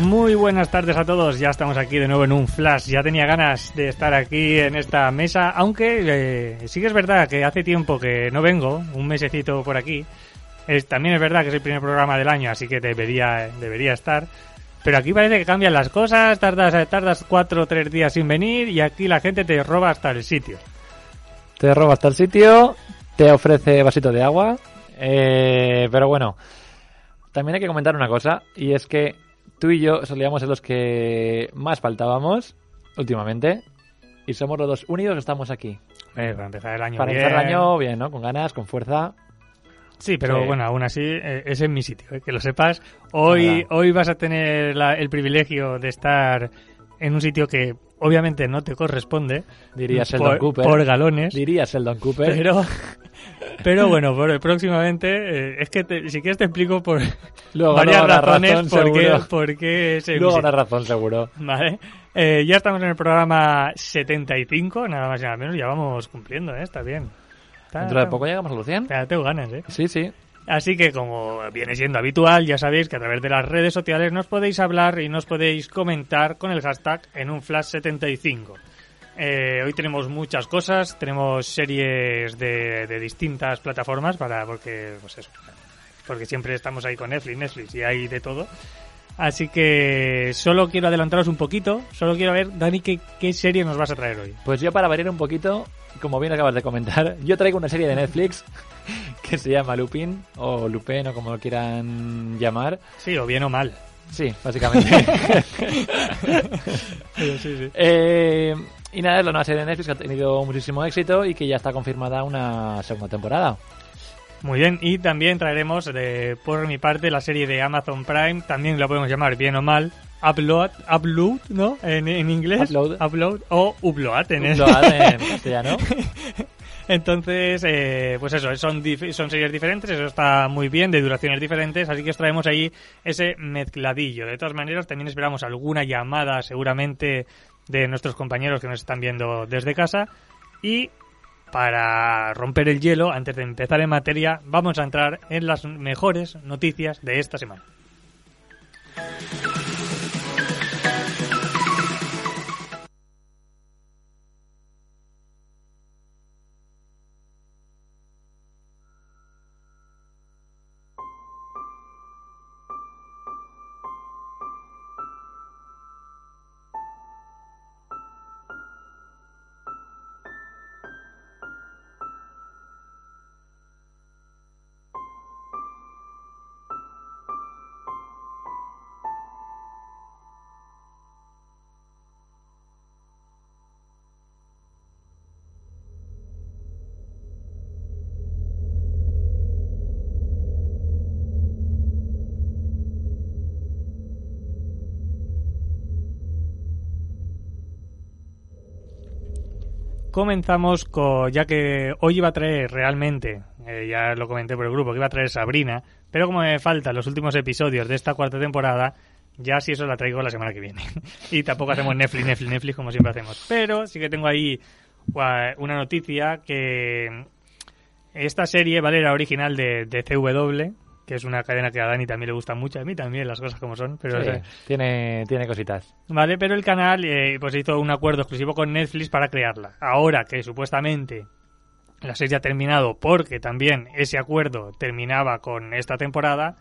Muy buenas tardes a todos, ya estamos aquí de nuevo en un Flash. Ya tenía ganas de estar aquí en esta mesa, aunque sí que es verdad que hace tiempo que no vengo, un mesecito por aquí. También es verdad que es el primer programa del año, así que debería estar. Pero aquí parece que cambian las cosas, tardas 4 o 3 días sin venir y aquí la gente te roba hasta el sitio. Te roba hasta el sitio, te ofrece vasito de agua, pero bueno, también hay que comentar una cosa, y es que tú y yo solíamos ser los que más faltábamos últimamente, y somos los dos únicos que estamos aquí. Para empezar el año Para bien. empezar el año bien, ¿no? Con ganas, con fuerza. Sí, pero bueno, aún así es en mi sitio, que lo sepas. Hoy vas a tener el privilegio de estar en un sitio que obviamente no te corresponde. Dirías el Don Cooper. Por galones. Dirías el Don Cooper. Pero bueno, próximamente, es que si quieres te explico por luego, varias razones por qué luego una razón seguro. Vale. Ya estamos en el programa 75, nada más y nada menos, ya vamos cumpliendo, está bien. Dentro de poco llegamos a los 100. Ya tengo ganas, Sí, sí. Así que, como viene siendo habitual, ya sabéis que a través de las redes sociales nos podéis hablar y nos podéis comentar con el hashtag en un Flash 75. Hoy tenemos muchas cosas, tenemos series de distintas plataformas porque siempre estamos ahí con Netflix y hay de todo. Así que solo quiero adelantaros un poquito, solo quiero ver, Dani, qué serie nos vas a traer hoy. Pues yo, para variar un poquito, como bien acabas de comentar, yo traigo una serie de Netflix que se llama Lupin, o Lupin, o como lo quieran llamar. Sí, o bien o mal. Sí, básicamente. Sí. Y nada, es la nueva serie de Netflix que ha tenido muchísimo éxito y que ya está confirmada una segunda temporada. Muy bien, y también traeremos por mi parte la serie de Amazon Prime, también la podemos llamar bien o mal, Upload, ¿no? En inglés. Upload o Upload en castellano. Entonces, pues eso, son series diferentes, eso está muy bien, de duraciones diferentes, así que os traemos ahí ese mezcladillo. De todas maneras, también esperamos alguna llamada seguramente de nuestros compañeros que nos están viendo desde casa. Y para romper el hielo, antes de empezar en materia, vamos a entrar en las mejores noticias de esta semana. Comenzamos ya que hoy iba a traer realmente, ya lo comenté por el grupo, que iba a traer Sabrina, pero como me faltan los últimos episodios de esta cuarta temporada, ya si eso la traigo la semana que viene. Y tampoco hacemos Netflix como siempre hacemos. Pero sí que tengo ahí una noticia que esta serie, ¿vale? Era original de CW, que es una cadena que a Dani también le gusta mucho, a mí también, las cosas como son. Pero sí, tiene cositas. Vale, pero el canal pues hizo un acuerdo exclusivo con Netflix para crearla. Ahora que supuestamente la serie ha terminado, porque también ese acuerdo terminaba con esta temporada,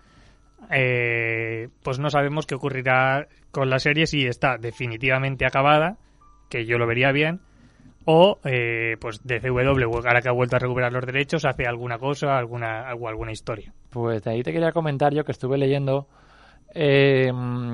pues no sabemos qué ocurrirá con la serie, si está definitivamente acabada, que yo lo vería bien, o pues DCW, ahora que ha vuelto a recuperar los derechos, hace alguna cosa, alguna historia. Pues de ahí te quería comentar yo que estuve leyendo que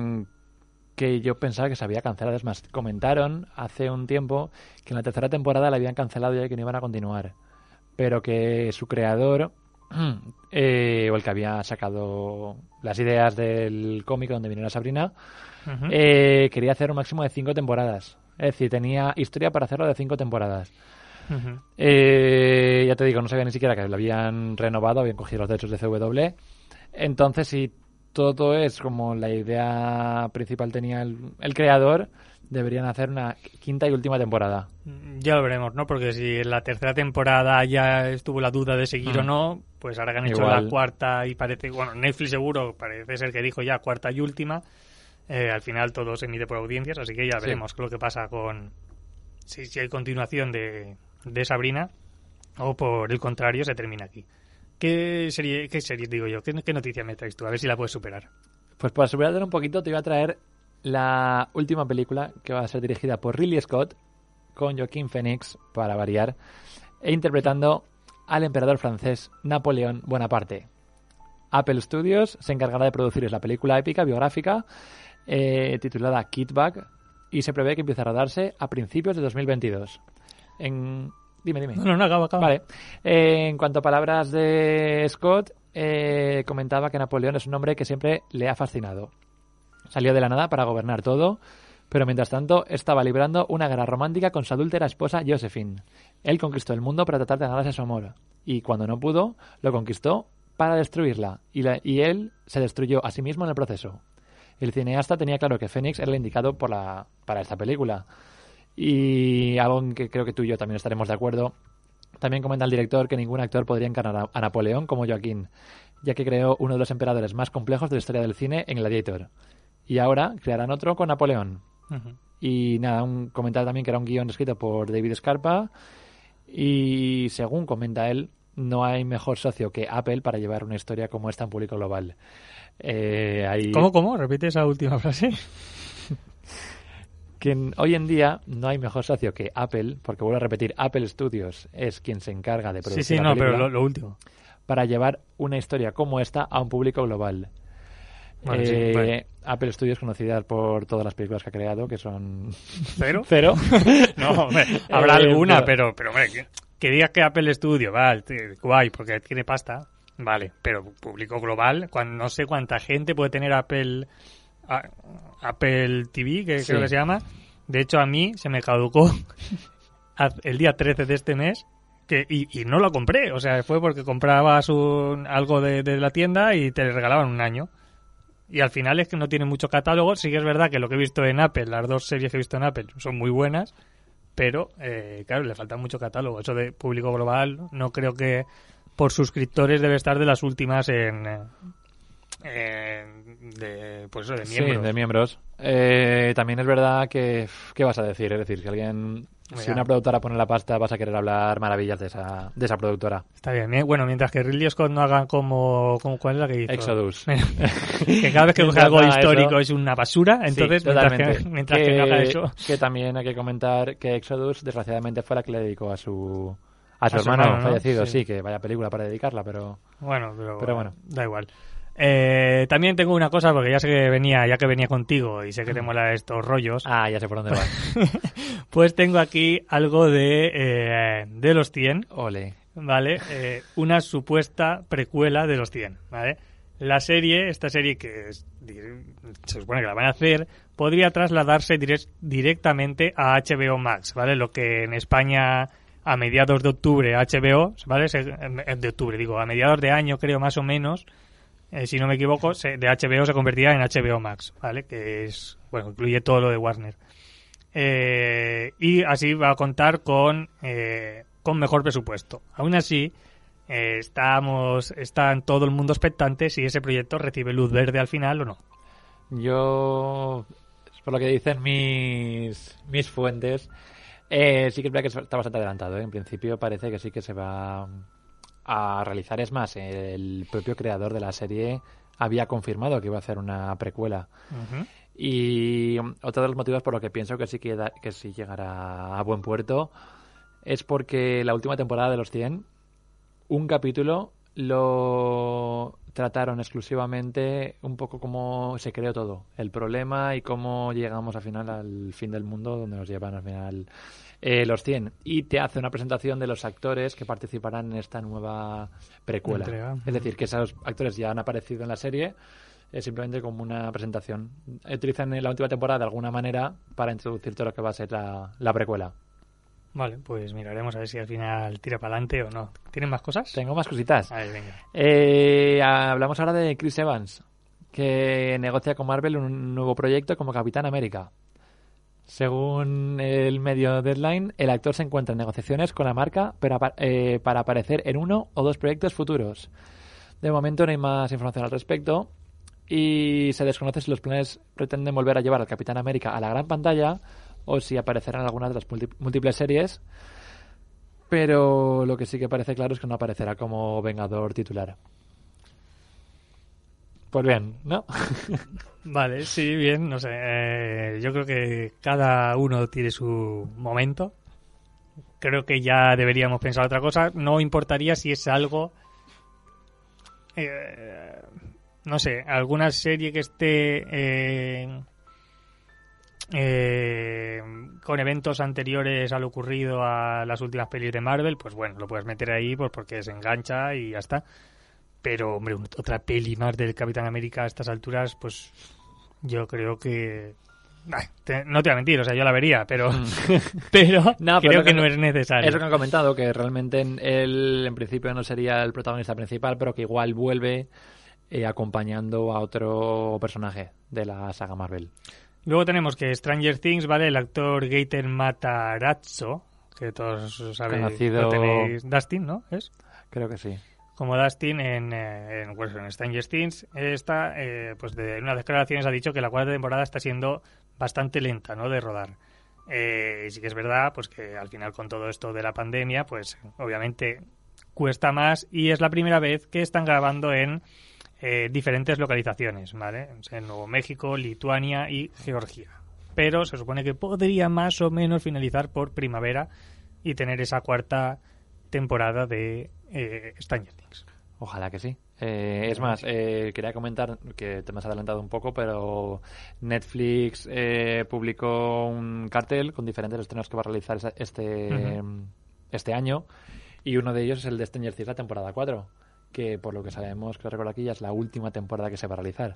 yo pensaba que se había cancelado. Es más, comentaron hace un tiempo que en la tercera temporada la habían cancelado y que no iban a continuar, pero que su creador o el que había sacado las ideas del cómic donde viene la Sabrina, quería hacer un máximo de 5 temporadas. Es decir, tenía historia para hacerlo de 5 temporadas. Ya te digo, no sabía ni siquiera que lo habían renovado, habían cogido los derechos de CW. Entonces, si todo es como la idea principal tenía el creador, deberían hacer una quinta y última temporada. Ya lo veremos, ¿no? Porque si en la tercera temporada ya estuvo la duda de seguir o no, pues ahora que han hecho la cuarta y parece... Bueno, Netflix seguro, parece ser que dijo ya cuarta y última. Al final todo se mide por audiencias, así que ya veremos lo que pasa con si hay continuación de Sabrina o por el contrario se termina aquí. ¿Qué serie digo yo? ¿Qué noticia me traes tú? A ver si la puedes superar. Pues para superarlo un poquito te voy a traer la última película que va a ser dirigida por Ridley Scott con Joaquin Phoenix, para variar, e interpretando al emperador francés Napoleón Bonaparte. Apple Studios se encargará de producir la película épica biográfica titulada Kid Bug y se prevé que empiece a rodarse a principios de 2022. Dime. No, acaba. Vale. En cuanto a palabras de Scott, comentaba que Napoleón es un hombre que siempre le ha fascinado. Salió de la nada para gobernar todo, pero mientras tanto estaba librando una guerra romántica con su adúltera esposa Josephine. Él conquistó el mundo para tratar de ganarse su amor, y cuando no pudo, lo conquistó para destruirla, y él se destruyó a sí mismo en el proceso. El cineasta tenía claro que Phoenix era el indicado para esta película. Y algo en que creo que tú y yo también estaremos de acuerdo. También comenta el director que ningún actor podría encarnar a Napoleón como Joaquín, ya que creó uno de los emperadores más complejos de la historia del cine en Gladiator. Y ahora crearán otro con Napoleón. Uh-huh. Y nada, un comentario también que era un guión escrito por David Scarpa. Y según comenta él, no hay mejor socio que Apple para llevar una historia como esta en público global. ¿Cómo? Repite esa última frase. Que hoy en día no hay mejor socio que Apple, porque vuelvo a repetir, Apple Studios es quien se encarga de producir la película, pero lo último, para llevar una historia como esta a un público global. Bueno. Apple Studios, conocida por todas las películas que ha creado, que son... ¿Cero? No, hombre, habrá alguna, pero hombre, que digas que Apple Studio, vale, guay, porque tiene pasta, vale, pero público global, no sé cuánta gente puede tener Apple TV, que creo que se llama. De hecho, a mí se me caducó el día 13 de este mes y no lo compré. O sea, fue porque comprabas algo de la tienda y te regalaban un año. Y al final es que no tiene mucho catálogo. Sí que es verdad que lo que he visto en Apple, las 2 series que he visto en Apple, son muy buenas. Pero, claro, le falta mucho catálogo. Eso de público global, no creo que por suscriptores debe estar de las últimas de miembros. Sí, de miembros. También es verdad que... ¿Qué vas a decir? Es decir, si alguien... Si una productora pone la pasta, vas a querer hablar maravillas de esa productora. Está bien. Bueno, mientras que Ridley Scott no haga como ¿cuál es la que hizo? Exodus. Que cada vez que coge algo histórico es una basura. Entonces, sí, mientras que no haga eso... Que también hay que comentar que Exodus, desgraciadamente, fue la que le dedicó a su hermano fallecido. ¿No? Sí, que vaya película para dedicarla, pero... Bueno, pero bueno, da igual. También tengo una cosa, porque ya que venía contigo y sé que te mola estos rollos. Ya sé por dónde vas. Pues tengo aquí algo de los 100. Ole. ¿Vale? Una supuesta precuela de los 100, ¿vale? Esta serie que se supone que la van a hacer, podría trasladarse directamente a HBO Max, ¿vale? Lo que en España a mediados de octubre HBO, ¿vale? A mediados de año creo más o menos, si no me equivoco, de HBO se convertirá en HBO Max, ¿vale? Que es, bueno, incluye todo lo de Warner. Y así va a contar con mejor presupuesto. Aún así, están todo el mundo expectante si ese proyecto recibe luz verde al final o no. Yo, por lo que dicen mis fuentes, sí que es verdad que está bastante adelantado, ¿eh? En principio parece que sí que se va a realizar. Es más, el propio creador de la serie había confirmado que iba a hacer una precuela. Uh-huh. Y otro de los motivos por los que pienso que sí llegará a buen puerto es porque la última temporada de los 100, un capítulo lo trataron exclusivamente un poco cómo se creó todo, el problema y cómo llegamos al final al fin del mundo, donde nos llevan al final los 100. Y te hace una presentación de los actores que participarán en esta nueva precuela. Entrega. Es decir, que esos actores ya han aparecido en la serie, simplemente como una presentación. Utilizan la última temporada de alguna manera para introducir todo lo que va a ser la precuela. Vale, pues miraremos a ver si al final tira para adelante o no. ¿Tienen más cosas? Tengo más cositas. A ver, venga. Hablamos ahora de Chris Evans, que negocia con Marvel un nuevo proyecto como Capitán América. Según el medio Deadline, el actor se encuentra en negociaciones con la marca para aparecer en 1 o 2 proyectos futuros. De momento no hay más información al respecto, y se desconoce si los planes pretenden volver a llevar al Capitán América a la gran pantalla o si aparecerá en alguna de las múltiples series, pero lo que sí que parece claro es que no aparecerá como Vengador titular. Pues bien, ¿no? Vale, sí, bien, no sé. Yo creo que cada uno tiene su momento. Creo que ya deberíamos pensar otra cosa. No importaría si es algo... no sé, alguna serie que esté con eventos anteriores a lo ocurrido a las últimas pelis de Marvel, pues bueno, lo puedes meter ahí pues porque se engancha y ya está. Pero, hombre, otra peli más del Capitán América a estas alturas, pues yo creo que... no te voy a mentir, o sea, yo la vería, pero no, creo que no es necesario. Es lo que han comentado, que realmente él en principio no sería el protagonista principal, pero que igual vuelve acompañando a otro personaje de la saga Marvel. Luego tenemos que Stranger Things, ¿vale? El actor Gaten Matarazzo, que todos sabéis, conocido... tenéis, Dustin, ¿no? ¿Es? Creo que sí. Como Dustin en Stranger Things, pues de unas declaraciones ha dicho que la cuarta temporada está siendo bastante lenta, ¿no?, de rodar. Sí que es verdad, pues que al final con todo esto de la pandemia, pues obviamente cuesta más y es la primera vez que están grabando en diferentes localizaciones, ¿vale? En Nuevo México, Lituania y Georgia. Pero se supone que podría más o menos finalizar por primavera y tener esa cuarta temporada de Stranger Things. Ojalá que sí. Es más, quería comentar que te me has adelantado un poco, pero Netflix publicó un cartel con diferentes estrenos que va a realizar este año, y uno de ellos es el de Stranger Things, la temporada 4, que por lo que sabemos, que recuerdo aquí, ya es la última temporada que se va a realizar.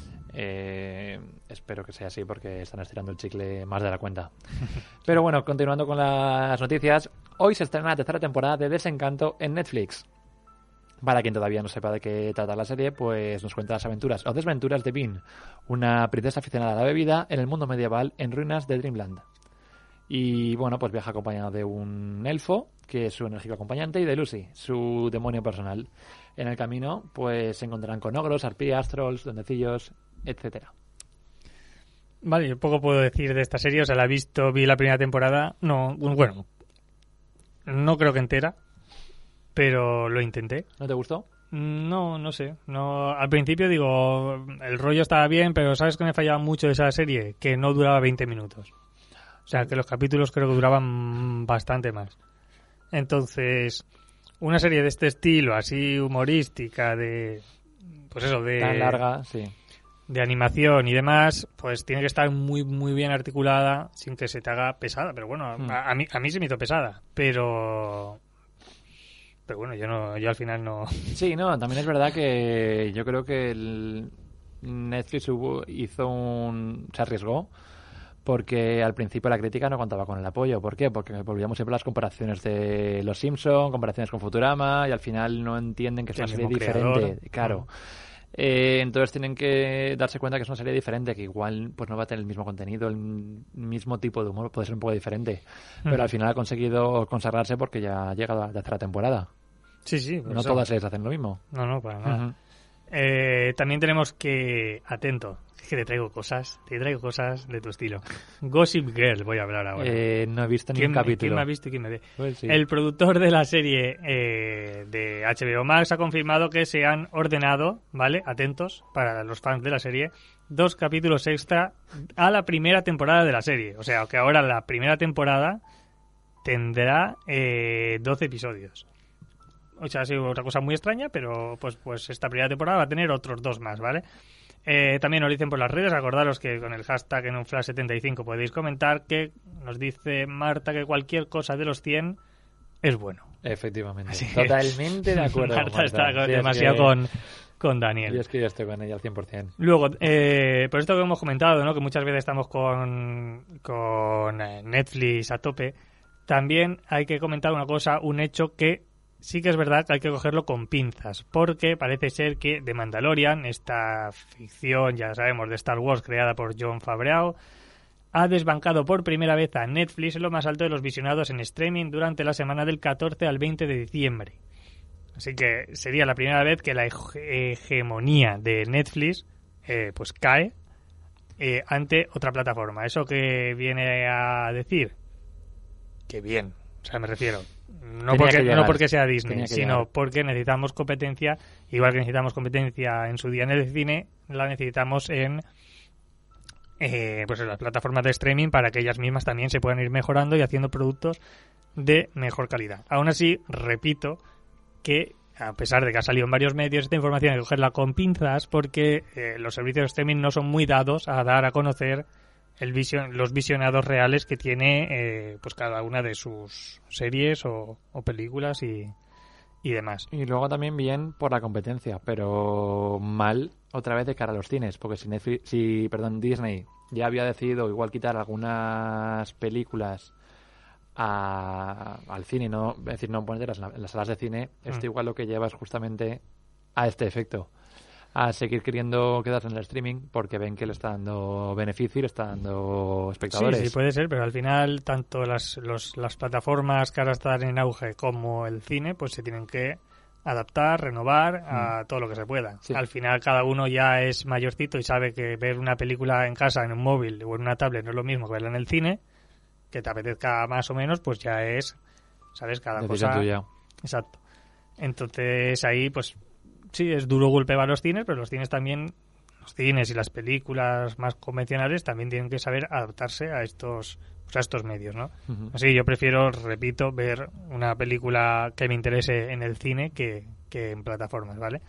Espero que sea así porque están estirando el chicle más de la cuenta. Pero bueno, continuando con las noticias, hoy se estrena la tercera temporada de Desencanto en Netflix. Para quien todavía no sepa de qué trata la serie, pues nos cuenta las aventuras o desventuras de Bean, una princesa aficionada a la bebida en el mundo medieval en ruinas de Dreamland. Y bueno, pues viaja acompañado de un elfo, que es su enérgico acompañante, y de Lucy, su demonio personal. En el camino, pues se encontrarán con ogros, arpías, trolls, duendecillos, etcétera. Vale, yo poco puedo decir de esta serie, o sea, vi la primera temporada, no creo que entera, pero lo intenté. ¿No te gustó? No sé. No, al principio digo, el rollo estaba bien, pero ¿sabes qué me fallaba mucho de esa serie? Que no duraba 20 minutos. O sea, que los capítulos creo que duraban bastante más. Entonces, una serie de este estilo, así humorística, tan larga, sí, de animación y demás, pues tiene que estar muy muy bien articulada sin que se te haga pesada. Pero bueno, a mí se me hizo pesada, pero bueno, yo al final no. Sí, no, también es verdad que yo creo que Netflix se arriesgó, porque al principio la crítica no contaba con el apoyo. ¿Por qué? Porque volvíamos siempre a las comparaciones de Los Simpson, comparaciones con Futurama, y al final no entienden que es una serie diferente. Claro. Entonces tienen que darse cuenta que es una serie diferente, que igual pues no va a tener el mismo contenido, el mismo tipo de humor, puede ser un poco diferente. Pero al final ha conseguido consagrarse porque ya ha llegado a la tercera temporada. Sí. No todas ellas hacen lo mismo. No, para nada. También tenemos que... Atento, que te traigo cosas de tu estilo. Gossip Girl voy a hablar ahora. No he visto ni un capítulo. ¿Quién me ha visto y quién me ve? Pues sí. El productor de la serie de HBO Max ha confirmado que se han ordenado, ¿vale? Atentos, para los fans de la serie, 2 capítulos extra a la primera temporada de la serie. O sea, que ahora la primera temporada tendrá 12 episodios. O sea, ha sido otra cosa muy extraña, pero pues esta primera temporada va a tener otros 2 más, ¿vale? También nos dicen por las redes, acordaros que con el hashtag en un flash 75 podéis comentar, que nos dice Marta que cualquier cosa de los 100 es bueno. Efectivamente, totalmente de acuerdo. Marta está demasiado con Daniel. Yo es que yo estoy con ella al 100%. Luego, por esto que hemos comentado, ¿no?, que muchas veces estamos con Netflix a tope, también hay que comentar una cosa, un hecho que sí que es verdad que hay que cogerlo con pinzas, porque parece ser que The Mandalorian, esta ficción, ya sabemos, de Star Wars creada por Jon Favreau, ha desbancado por primera vez a Netflix en lo más alto de los visionados en streaming durante la semana del 14 al 20 de diciembre. Así que sería la primera vez que la hegemonía de Netflix pues cae ante otra plataforma. ¿Eso que viene a decir? Que bien, o sea, me refiero. No porque sea Disney, sino porque necesitamos competencia, igual que necesitamos competencia en su día en el cine, la necesitamos en pues en las plataformas de streaming para que ellas mismas también se puedan ir mejorando y haciendo productos de mejor calidad. Aún así, repito que a pesar de que ha salido en varios medios, esta información hay que cogerla con pinzas porque los servicios de streaming no son muy dados a dar a conocer los visionados reales que tiene pues cada una de sus series o películas y demás. Y luego también bien por la competencia, pero mal otra vez de cara a los cines, porque si Disney ya había decidido igual quitar algunas películas al cine, no, es decir, no ponerlas en las salas de cine, esto igual lo que lleva es justamente a este efecto, a seguir queriendo quedarse en el streaming porque ven que le está dando beneficio y le está dando espectadores. Sí, puede ser, pero al final tanto las plataformas que ahora están en auge como el cine pues se tienen que adaptar, renovar a todo lo que se pueda. Sí. Al final cada uno ya es mayorcito y sabe que ver una película en casa, en un móvil o en una tablet no es lo mismo que verla en el cine, que te apetezca más o menos, pues ya es, ¿sabes? Cada decisión cosa tuya. Exacto. Entonces ahí pues sí, es duro golpe para los cines, pero los cines también, los cines y las películas más convencionales también tienen que saber adaptarse a estos medios, ¿no? Uh-huh. Así yo prefiero, repito, ver una película que me interese en el cine que en plataformas, ¿vale?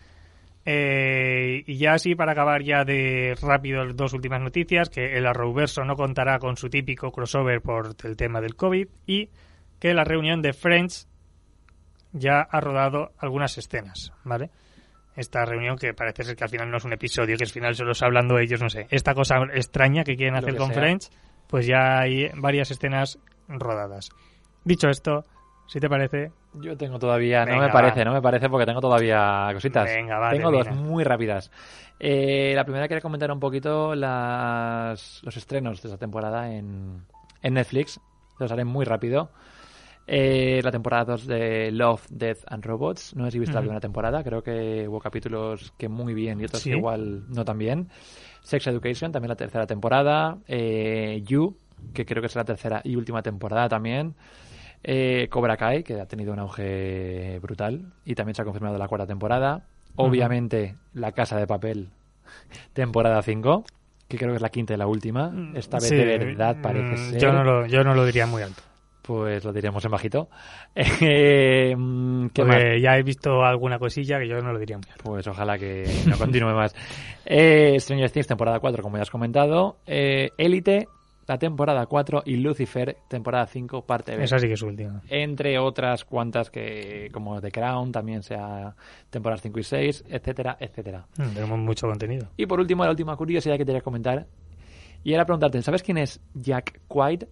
Y ya así, para acabar ya de rápido, las dos últimas noticias, que el Arrowverso no contará con su típico crossover por el tema del COVID y que la reunión de Friends ya ha rodado algunas escenas, ¿vale? Esta reunión que parece ser que al final no es un episodio, que al final solo está hablando ellos, no sé. Esta cosa extraña que quieren hacer con Friends, pues ya hay varias escenas rodadas. Dicho esto, si te parece... Yo tengo todavía... Venga, no me parece porque tengo todavía cositas. Venga, va, tengo termina. Dos muy rápidas. La primera quería comentar un poquito los estrenos de esta temporada en Netflix. Los haré muy rápido. La temporada 2 de Love, Death and Robots. No sé si viste la primera temporada. Creo que hubo capítulos que muy bien y otros que igual no tan bien. Sex Education, también la tercera temporada. You, que creo que es la tercera y última temporada también. Cobra Kai, que ha tenido un auge brutal y también se ha confirmado la cuarta temporada. Obviamente La Casa de Papel, temporada 5, que creo que es la quinta y la última. Esta vez de verdad parece ser... Yo no lo diría muy alto. Pues lo diríamos en bajito. ¿Qué más? Ya he visto alguna cosilla que yo no lo diría muy alto. Pues ojalá que no continúe más. Stranger Things, temporada 4, como ya has comentado. Élite, la temporada 4, y Lucifer, temporada 5, parte B. Esa sí que es última. Entre otras cuantas que, como The Crown, también sea temporadas 5 y 6, etcétera, etcétera. Tenemos mucho contenido. Y por último, la última curiosidad que te quería comentar, y era preguntarte, ¿sabes quién es Jack White?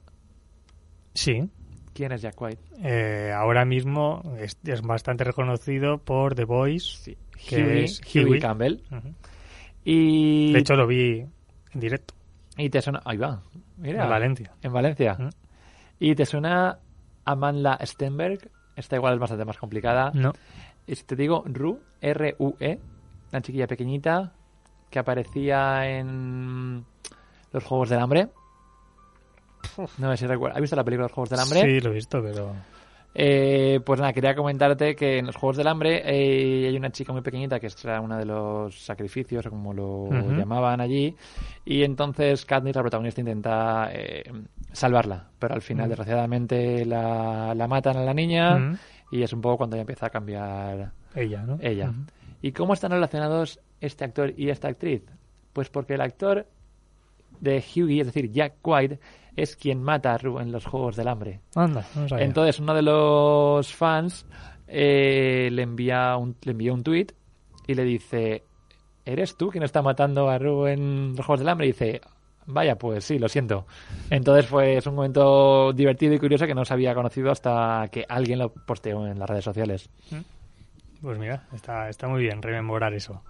Sí. ¿Quién es Jack White? Ahora mismo es bastante reconocido por The Voice, que es Hughie Campbell. Uh-huh. Y... De hecho, lo vi en directo. Y te suena... Ahí va. Mira. En Valencia. Uh-huh. ¿Y te suena Amanda Stenberg? Esta igual es bastante más complicada. No. Y si te digo R-U-E, una chiquilla pequeñita que aparecía en Los Juegos del Hambre. No sé si recuerdas. ¿Has visto la película Los Juegos del Hambre? Sí, lo he visto, pero... Pues nada, quería comentarte que en Los Juegos del Hambre hay una chica muy pequeñita que era uno de los sacrificios, o como lo llamaban allí, y entonces Katniss, la protagonista, intenta salvarla, pero al final, desgraciadamente, la matan a la niña, y es un poco cuando ya empieza a cambiar ella, ¿no? Ella. ¿Y cómo están relacionados este actor y esta actriz? Pues porque el actor de Hughie, es decir, Jack White, es quien mata a Rue en Los Juegos del Hambre. Anda, no sabía. Entonces uno de los fans le envió un tuit y le dice: ¿eres tú quien está matando a Rue en Los Juegos del Hambre? Y dice: vaya, pues sí, lo siento. Entonces es un momento divertido y curioso que no se había conocido hasta que alguien lo posteó en las redes sociales. Pues mira, está muy bien rememorar eso.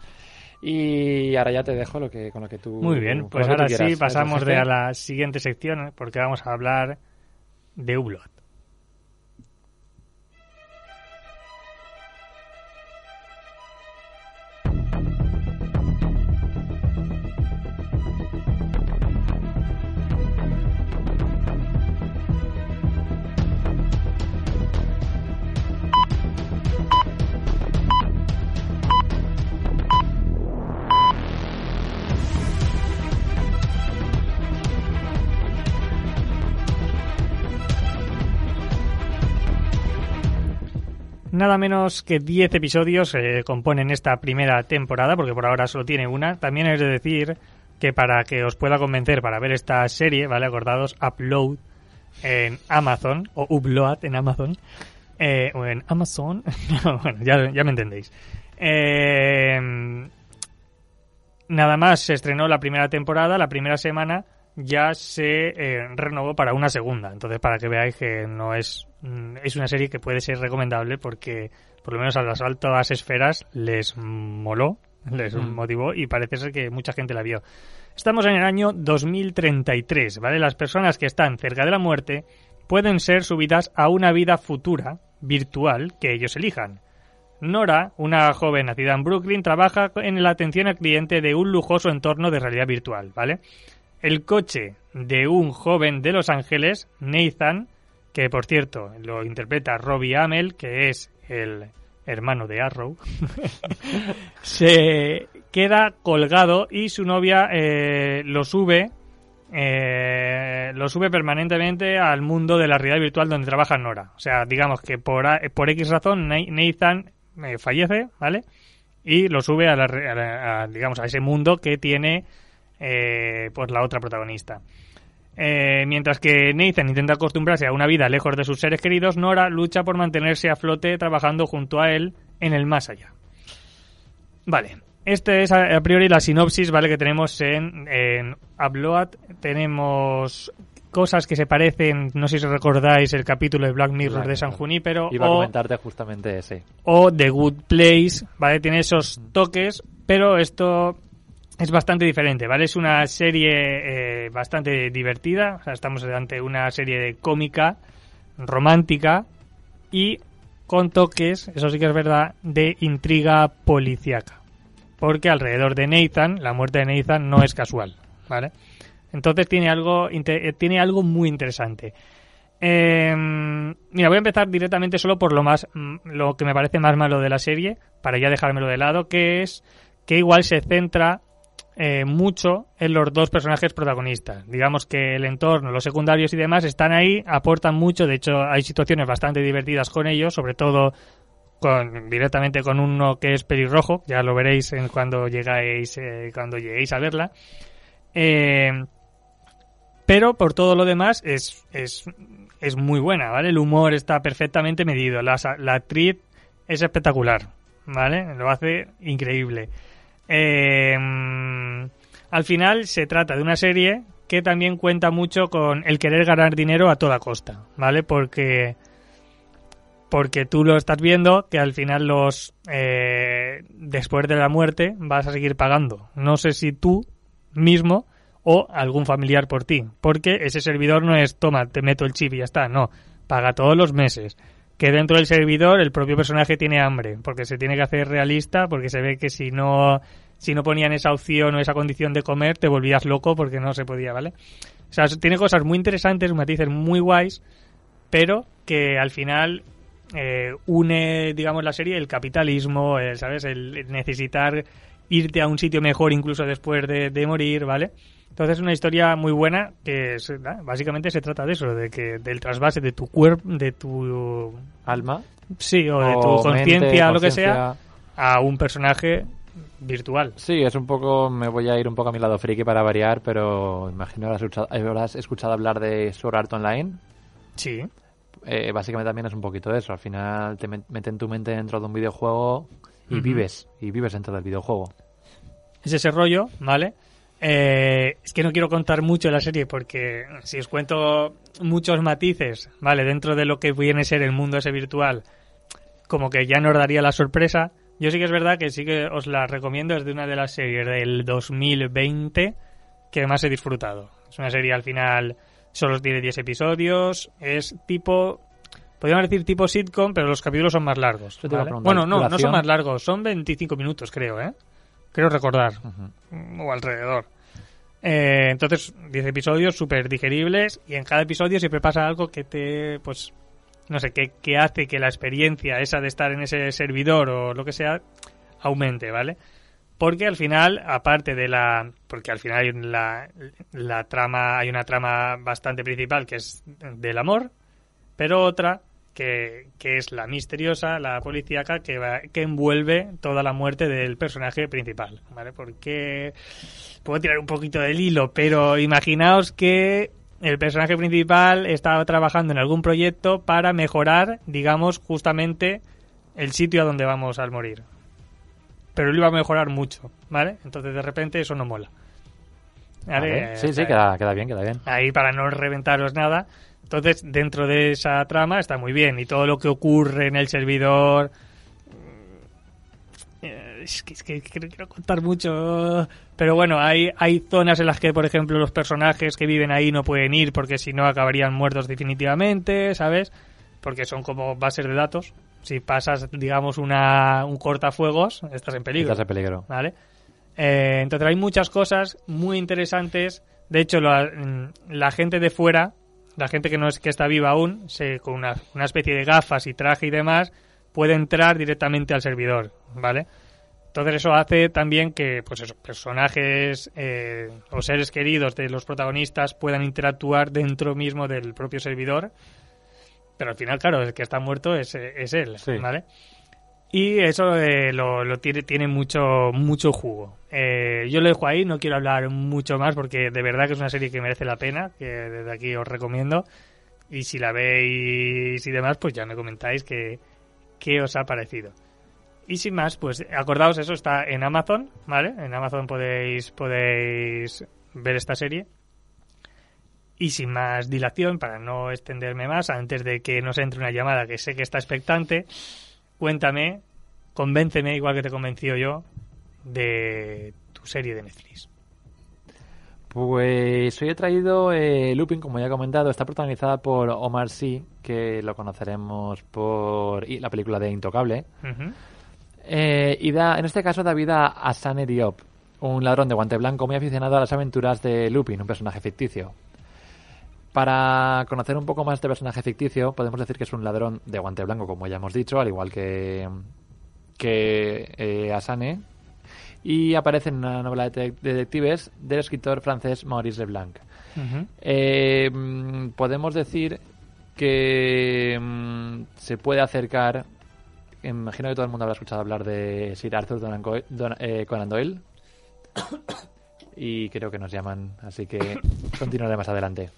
Y ahora ya te dejo con lo que tú... Muy bien, pues ahora sí pasamos a la siguiente sección, porque vamos a hablar de Hublot. Nada menos que 10 episodios componen esta primera temporada, porque por ahora solo tiene una. También es de decir que para que os pueda convencer para ver esta serie, ¿vale? Acordados, Upload en Amazon, o Upload en Amazon, o en Amazon. Bueno, ya me entendéis. Nada más se estrenó la primera temporada, la primera semana ya se renovó para una segunda. Entonces, para que veáis que no es una serie que puede ser recomendable, porque por lo menos a las altas esferas les moló, les motivó, y parece ser que mucha gente la vio. Estamos en el año 2033, ¿vale? Las personas que están cerca de la muerte pueden ser subidas a una vida futura, virtual, que ellos elijan. Nora, una joven nacida en Brooklyn, trabaja en la atención al cliente de un lujoso entorno de realidad virtual, ¿vale? El coche de un joven de Los Ángeles, Nathan, que por cierto lo interpreta Robbie Amell, que es el hermano de Arrow, se queda colgado y su novia lo sube permanentemente al mundo de la realidad virtual donde trabaja Nora. O sea, digamos que por X razón Nathan fallece, ¿vale? Y lo sube digamos, a ese mundo que tiene pues la otra protagonista. Mientras que Nathan intenta acostumbrarse a una vida lejos de sus seres queridos, Nora lucha por mantenerse a flote trabajando junto a él en el más allá. Vale, este es a priori la sinopsis, ¿vale? Que tenemos en Upload. Tenemos cosas que se parecen, no sé si recordáis el capítulo de Black Mirror de San Junípero. Iba a comentarte justamente ese. O The Good Place, ¿vale? Tiene esos toques, pero esto es bastante diferente, ¿vale? Es una serie bastante divertida. O sea, estamos ante una serie cómica, romántica y con toques, eso sí que es verdad, de intriga policíaca. Porque alrededor de Nathan, la muerte de Nathan no es casual, ¿vale? Entonces tiene algo muy interesante. Mira, voy a empezar directamente solo por lo que me parece más malo de la serie, para ya dejármelo de lado, que es que igual se centra mucho en los dos personajes protagonistas. Digamos que el entorno, los secundarios y demás están ahí, aportan mucho. De hecho, hay situaciones bastante divertidas con ellos, sobre todo directamente con uno que es pelirrojo. Ya lo veréis cuando lleguéis a verla. Pero por todo lo demás es muy buena, ¿vale? El humor está perfectamente medido. La actriz es espectacular, ¿vale? Lo hace increíble. Al final se trata de una serie que también cuenta mucho con el querer ganar dinero a toda costa, ¿vale? Porque tú lo estás viendo que al final después de la muerte vas a seguir pagando. No sé si tú mismo o algún familiar por ti, porque ese servidor no es toma, te meto el chip y ya está, no, paga todos los meses. Que dentro del servidor el propio personaje tiene hambre, porque se tiene que hacer realista, porque se ve que si no ponían esa opción o esa condición de comer, te volvías loco porque no se podía, ¿vale? O sea, tiene cosas muy interesantes, matices muy guays, pero que al final une, digamos, la serie, el capitalismo, ¿sabes? El necesitar irte a un sitio mejor incluso después de morir, ¿vale? Entonces es una historia muy buena que básicamente se trata de eso, del trasvase de tu cuerpo, de tu alma, sí, o de tu conciencia, lo que sea, a un personaje virtual. Sí, es un poco, me voy a ir un poco a mi lado friki para variar, pero imagino habrás escuchado hablar de Sword Art Online. Sí. Básicamente también es un poquito de eso. Al final te meten tu mente dentro de un videojuego y vives dentro del videojuego. Es ese rollo, ¿vale? Es que no quiero contar mucho de la serie porque si os cuento muchos matices, ¿vale? Dentro de lo que viene a ser el mundo ese virtual, como que ya nos daría la sorpresa. Yo sí que es verdad que sí que os la recomiendo, es de una de las series del 2020 que más he disfrutado. Es una serie al final, solo tiene 10 episodios, es tipo, podríamos decir tipo sitcom, pero los capítulos son más largos, ¿vale? Bueno, no son más largos, son 25 minutos creo, creo recordar, o alrededor. Entonces, 10 episodios súper digeribles y en cada episodio siempre pasa algo que te, pues, no sé, que hace que la experiencia esa de estar en ese servidor o lo que sea aumente, ¿vale? Porque al final, aparte de porque al final hay hay una trama bastante principal que es del amor, pero otra que es la misteriosa, la policíaca, que envuelve toda la muerte del personaje principal, ¿vale? Porque puedo tirar un poquito del hilo, pero imaginaos que el personaje principal estaba trabajando en algún proyecto para mejorar, digamos, justamente el sitio a donde vamos al morir. Pero lo iba a mejorar mucho, ¿vale? Entonces, de repente, eso no mola. ¿Vale? Sí, queda bien. Ahí, para no reventaros nada. Entonces, dentro de esa trama está muy bien. Y todo lo que ocurre en el servidor... Es que quiero contar mucho. Pero bueno, hay zonas en las que, por ejemplo, los personajes que viven ahí no pueden ir porque si no acabarían muertos definitivamente, ¿sabes? Porque son como bases de datos. Si pasas, digamos, un cortafuegos, estás en peligro. Estás en peligro. ¿Vale? Entonces hay muchas cosas muy interesantes. De hecho, la gente de fuera, la gente que no es que está viva aún, con una especie de gafas y traje y demás, puede entrar directamente al servidor, ¿vale? Entonces eso hace también que, pues eso, personajes o seres queridos de los protagonistas puedan interactuar dentro mismo del propio servidor. Pero al final, claro, el que está muerto es él, sí. ¿Vale? Y eso tiene mucho jugo. Yo lo dejo ahí, no quiero hablar mucho más porque de verdad que es una serie que merece la pena, que desde aquí os recomiendo. Y si la veis y demás, pues ya me comentáis qué os ha parecido. Y sin más, pues acordaos, eso está en Amazon, ¿vale? En Amazon podéis ver esta serie. Y sin más dilación, para no extenderme más, antes de que nos entre una llamada que sé que está expectante, cuéntame, convénceme, igual que te convenció yo, de tu serie de Netflix. Pues hoy he traído Lupin, como ya he comentado, está protagonizada por Omar Sy, que lo conoceremos por la película de Intocable. Uh-huh. Y en este caso da vida a Hassan Diop, un ladrón de guante blanco muy aficionado a las aventuras de Lupin, un personaje ficticio. Para conocer un poco más este personaje ficticio, podemos decir que es un ladrón de guante blanco, como ya hemos dicho, al igual que Asane, y aparece en una novela de detectives del escritor francés Maurice Leblanc. Uh-huh. Podemos decir que se puede acercar, imagino que todo el mundo habrá escuchado hablar de Sir Arthur Conan Doyle, y creo que nos llaman, así que continuaré más adelante.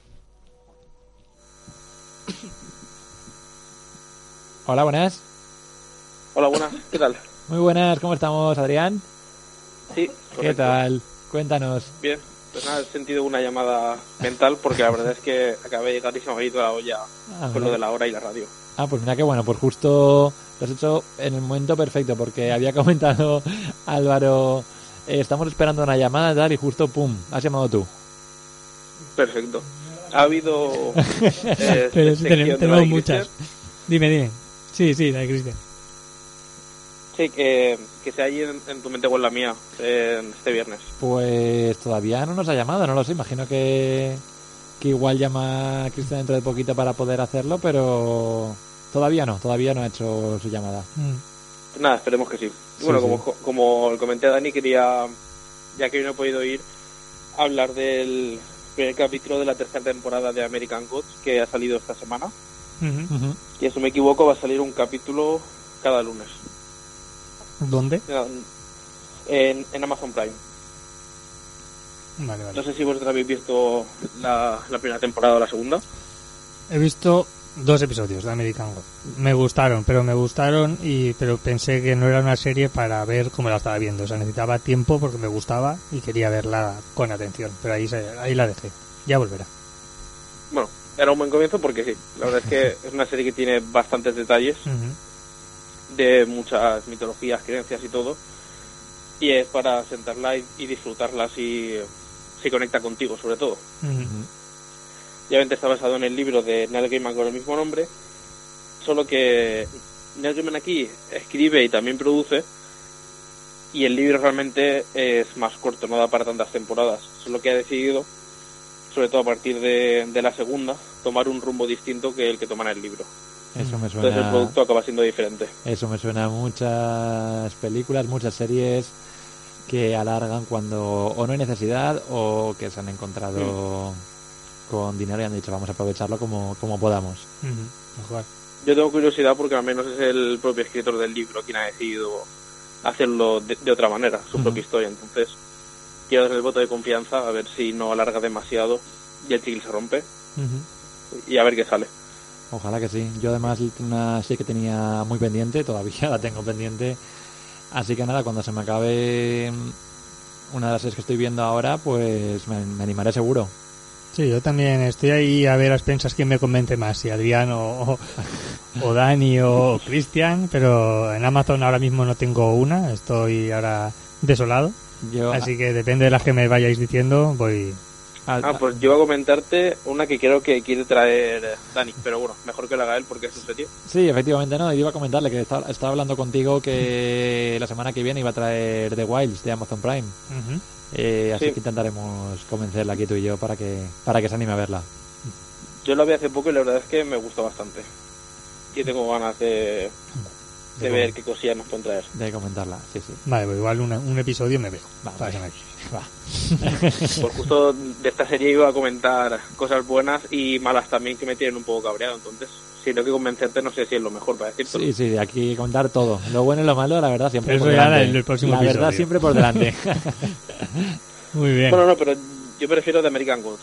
Hola, buenas. Hola, buenas. ¿Qué tal? Muy buenas. ¿Cómo estamos, Adrián? Sí, correcto. ¿Qué tal? Cuéntanos. Bien. Pues nada, he sentido una llamada mental porque la verdad es que acabé de llegar y se me ha ido la olla con lo de la hora y la radio. Ah, pues mira qué bueno. Pues justo lo has hecho en el momento perfecto porque había comentado Álvaro, estamos esperando una llamada tal y justo pum, has llamado tú. Perfecto. Ha habido pero tenemos muchas. Dime. Sí, la de Cristian. Sí, que sea ahí en tu mente o en la mía este viernes. Pues todavía no nos ha llamado, no lo sé. Imagino que igual llama a Cristian dentro de poquito para poder hacerlo, pero todavía no ha hecho su llamada. Nada, esperemos que sí. Sí, bueno, sí. como comenté a Dani, quería, ya que hoy no he podido ir, hablar del primer capítulo de la tercera temporada de American Gods que ha salido esta semana. Uh-huh. Y si no me equivoco va a salir un capítulo cada lunes. ¿Dónde? En Amazon Prime. Vale. No sé si vosotros habéis visto la primera temporada o la segunda. He visto 2 episodios de American Gods. Me gustaron, pero pensé que no era una serie para ver cómo la estaba viendo. O sea, necesitaba tiempo porque me gustaba y quería verla con atención. Pero ahí la dejé. Ya volverá. Bueno, era un buen comienzo porque sí. La verdad es que es una serie que tiene bastantes detalles. Uh-huh. De muchas mitologías, creencias y todo. Y es para sentarla y disfrutarla si conecta contigo, sobre todo. Uh-huh. Y obviamente está basado en el libro de Neil Gaiman con el mismo nombre, solo que Neil Gaiman aquí escribe y también produce, y el libro realmente es más corto, no da para tantas temporadas, solo que ha decidido, sobre todo a partir de la segunda, tomar un rumbo distinto que el que toma en el libro. Eso me suena... Entonces el producto acaba siendo diferente. Eso me suena a muchas películas, muchas series que alargan cuando o no hay necesidad o que se han encontrado con dinero y han dicho vamos a aprovecharlo como podamos. Mejor. Yo tengo curiosidad porque al menos es el propio escritor del libro quien ha decidido hacerlo de otra manera, su propia historia. Entonces, quiero darle el voto de confianza a ver si no alarga demasiado y el chicle se rompe y a ver qué sale. Ojalá que sí. Yo además una serie que tenía muy pendiente, todavía la tengo pendiente. Así que nada, cuando se me acabe una de las series que estoy viendo ahora, pues me animaré seguro. Sí, yo también estoy ahí a ver a expensas quién me convence más, si Adrián o Dani o Cristian, pero en Amazon ahora mismo no tengo una, estoy ahora desolado, así que depende de las que me vayáis diciendo, voy... pues yo iba a comentarte una que creo que quiere traer Dani, pero bueno, mejor que la haga él porque es su serie. Sí, efectivamente, no, iba a comentarle que estaba hablando contigo que la semana que viene iba a traer The Wilds de Amazon Prime. Así que intentaremos convencerla aquí tú y yo para que se anime a verla. Yo la vi hace poco y la verdad es que me gusta bastante. Y tengo ganas de ver qué cosillas nos pueden traer. De comentarla, sí. Vale, pues igual un episodio me veo. Va. Pues justo de esta serie iba a comentar cosas buenas y malas también que me tienen un poco cabreado. Entonces, si tengo que convencerte, no sé si es lo mejor para decirte. Sí, aquí comentar todo. Lo bueno y lo malo, la verdad, siempre eso por delante. delante. El próximo la episodio. verdad, siempre por delante. Muy bien. Bueno, no, pero yo prefiero The American Gods.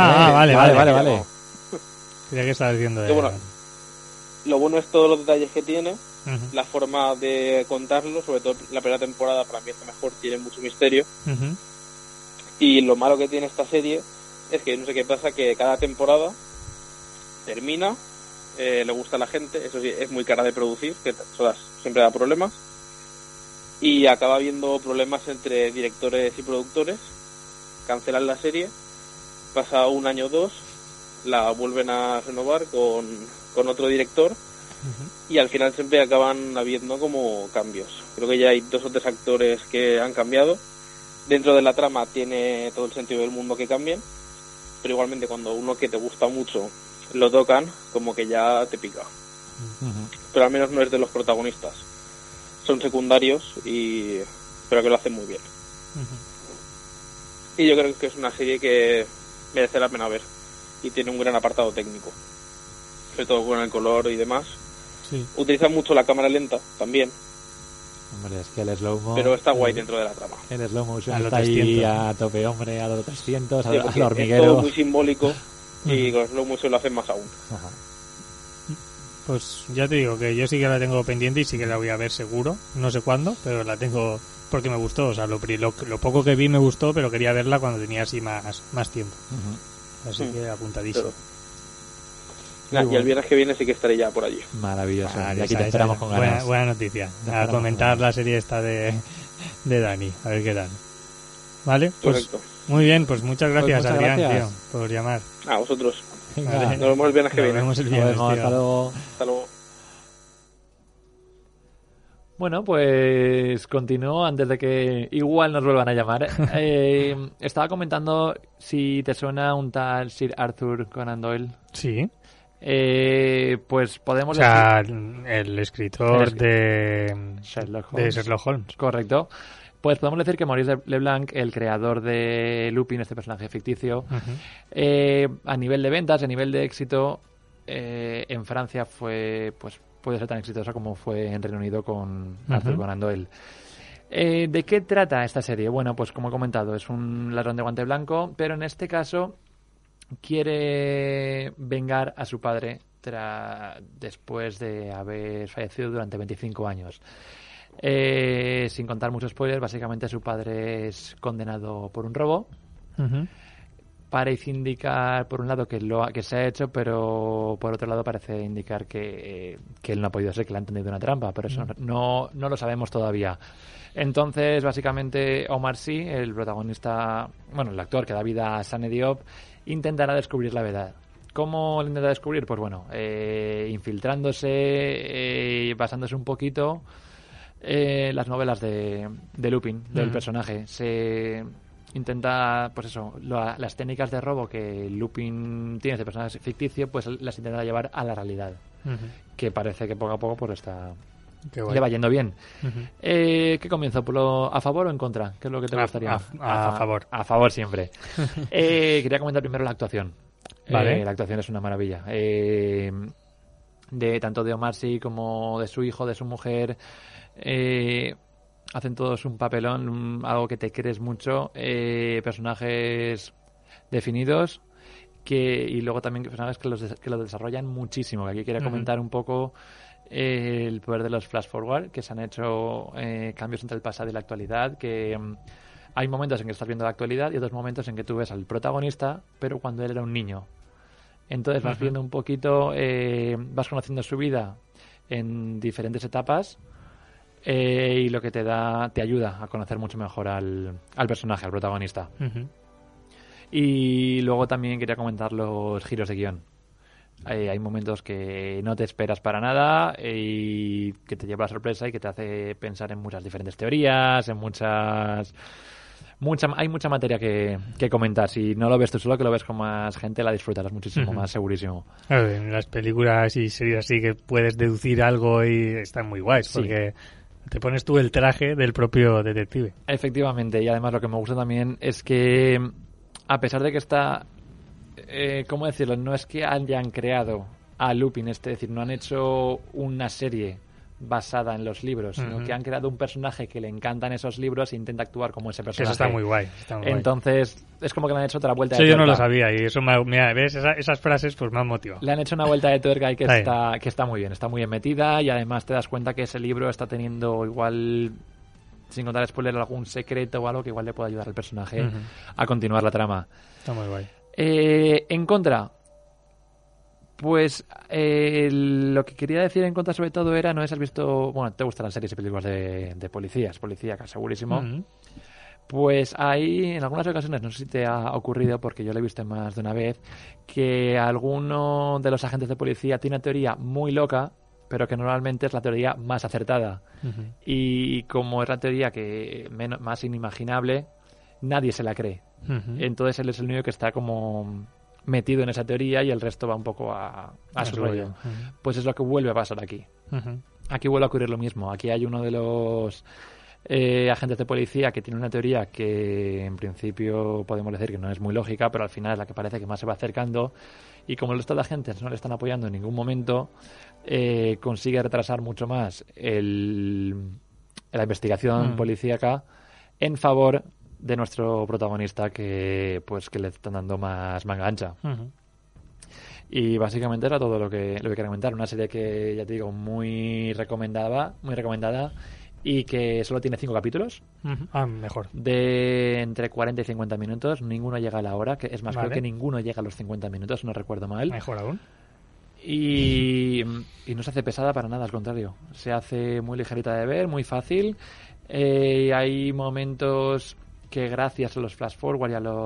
Vale. Creía que estabas diciendo Bueno, lo bueno es todos los detalles que tiene, la forma de contarlo, sobre todo la primera temporada para mí está mejor, tiene mucho misterio. Y lo malo que tiene esta serie es que no sé qué pasa, que cada temporada termina, le gusta a la gente, eso sí, es muy cara de producir, que siempre da problemas, y acaba habiendo problemas entre directores y productores, cancelan la serie, pasa un año o dos, la vuelven a renovar con otro director y al final siempre acaban habiendo como cambios. Creo que ya hay 2 o 3 actores que han cambiado. Dentro de la trama tiene todo el sentido del mundo que cambien, pero igualmente cuando uno que te gusta mucho lo tocan, como que ya te pica. Pero al menos no es de los protagonistas. Son secundarios, pero que lo hacen muy bien. Y yo creo que es una serie que merece la pena ver. Y tiene un gran apartado técnico. Sobre todo con el color y demás. Sí. Utiliza mucho la cámara lenta también. Hombre, es que el slow-mo... Pero está guay dentro de la trama. El slow-motion a está ahí a tope, hombre, a los 300, sí, al hormiguero. Es todo muy simbólico y con el slow-motion lo hacen más aún. Ajá. Pues ya te digo que yo sí que la tengo pendiente y sí que la voy a ver seguro. No sé cuándo, pero la tengo porque me gustó. O sea, lo poco que vi me gustó, pero quería verla cuando tenía así más tiempo. Así que apuntadísimo. Pero... y el viernes que viene sí que estaré ya por allí. Maravilloso. Y aquí te esperamos con ganas. Buena noticia. A comentar la serie esta de Dani. A ver qué tal. ¿Vale? Pues correcto. Muy bien, pues muchas gracias, pues muchas Adrián, gracias. tío, por llamar. A vosotros. Vale. Nos vemos el viernes que viene. Nos vemos el viernes, tío. Hasta luego. Hasta luego. Bueno, pues continúo antes de que igual nos vuelvan a llamar. Estaba comentando si te suena un tal Sir Arthur Conan Doyle. Sí. Pues podemos decir... el escritor de Sherlock Holmes. Correcto. Pues podemos decir que Maurice Leblanc, el creador de Lupin, este personaje ficticio, a nivel de ventas, a nivel de éxito, en Francia fue, pues puede ser tan exitosa como fue en Reino Unido con Arthur Conan Doyle. ¿De qué trata esta serie? Bueno, pues como he comentado, es un ladrón de guante blanco, pero en este caso quiere vengar a su padre después de haber fallecido durante 25 años. Sin contar muchos spoilers, básicamente su padre es condenado por un robo. Parece indicar, por un lado, que se ha hecho, pero por otro lado parece indicar que él no ha podido ser, que le ha entendido una trampa, pero eso no lo sabemos todavía. Entonces, básicamente, Omar Sy, el protagonista, bueno, el actor que da vida a Sane Diop, intentará descubrir la verdad. ¿Cómo lo intenta descubrir? Pues bueno, infiltrándose, basándose un poquito las novelas de Lupin, del personaje. Se intenta, pues eso, las técnicas de robo que Lupin tiene de personaje ficticio, pues las intenta llevar a la realidad, que parece que poco a poco pues le va yendo bien. ¿Qué comienzo? ¿A favor o en contra? ¿Qué es lo que te gustaría? A favor. A favor siempre. Quería comentar primero la actuación. Vale. La actuación es una maravilla. de tanto de Omar Sy como de su hijo, de su mujer. Hacen todos un papelón, algo que te crees mucho, personajes definidos y luego también personajes que los desarrollan muchísimo. Aquí quería comentar un poco el poder de los flash forward, que se han hecho cambios entre el pasado y la actualidad, que hay momentos en que estás viendo la actualidad y otros momentos en que tú ves al protagonista, pero cuando él era un niño. Entonces vas viendo un poquito, vas conociendo su vida en diferentes etapas, y lo que te ayuda a conocer mucho mejor al personaje, al protagonista. Y luego también quería comentar los giros de guión. Hay momentos que no te esperas para nada y que te lleva a sorpresa y que te hace pensar en muchas diferentes teorías, en hay mucha materia que comentar. Si no lo ves tú solo, que lo ves con más gente, la disfrutarás muchísimo más, segurísimo. Claro, en las películas y series así que puedes deducir algo y están muy guays, porque te pones tú el traje del propio detective. Efectivamente, y además lo que me gusta también es que, a pesar de que está... ¿cómo decirlo? No es que hayan creado a Lupin, es decir, no han hecho una serie basada en los libros, sino que han creado un personaje que le encantan esos libros e intenta actuar como ese personaje. Eso está muy guay. Entonces, es como que le han hecho otra vuelta de tuerca. Yo no lo sabía y eso mira, ¿ves? Esas frases pues me han motivado. Le han hecho una vuelta de tuerca y que está muy bien, está muy bien metida, y además te das cuenta que ese libro está teniendo igual, sin contar spoiler, algún secreto o algo que igual le pueda ayudar al personaje a continuar la trama. Está muy guay. En contra, pues lo que quería decir en contra sobre todo era, no sé si has visto, bueno, te gustan las series y películas de policíacas, segurísimo. Pues ahí en algunas ocasiones, no sé si te ha ocurrido, porque yo lo he visto más de una vez, que alguno de los agentes de policía tiene una teoría muy loca, pero que normalmente es la teoría más acertada. Y como es la teoría que más inimaginable, nadie se la cree. Entonces él es el único que está como metido en esa teoría y el resto va un poco a su rollo. Pues es lo que vuelve a pasar aquí. Aquí vuelve a ocurrir lo mismo. Aquí hay uno de los agentes de policía que tiene una teoría que en principio podemos decir que no es muy lógica, pero al final es la que parece que más se va acercando, y como el resto de agentes no le están apoyando en ningún momento, consigue retrasar mucho más la investigación policíaca en favor de nuestro protagonista, que le están dando más manga ancha. Y básicamente era todo lo que quería comentar. Una serie que, ya te digo, muy recomendada y que solo tiene 5 capítulos. Mejor. De entre 40 y 50 minutos. Ninguno llega a la hora, que es más, creo que ninguno llega a los 50 minutos, no recuerdo mal. Mejor aún. Y no se hace pesada para nada, al contrario. Se hace muy ligerita de ver, muy fácil. Hay momentos que gracias a los flash forward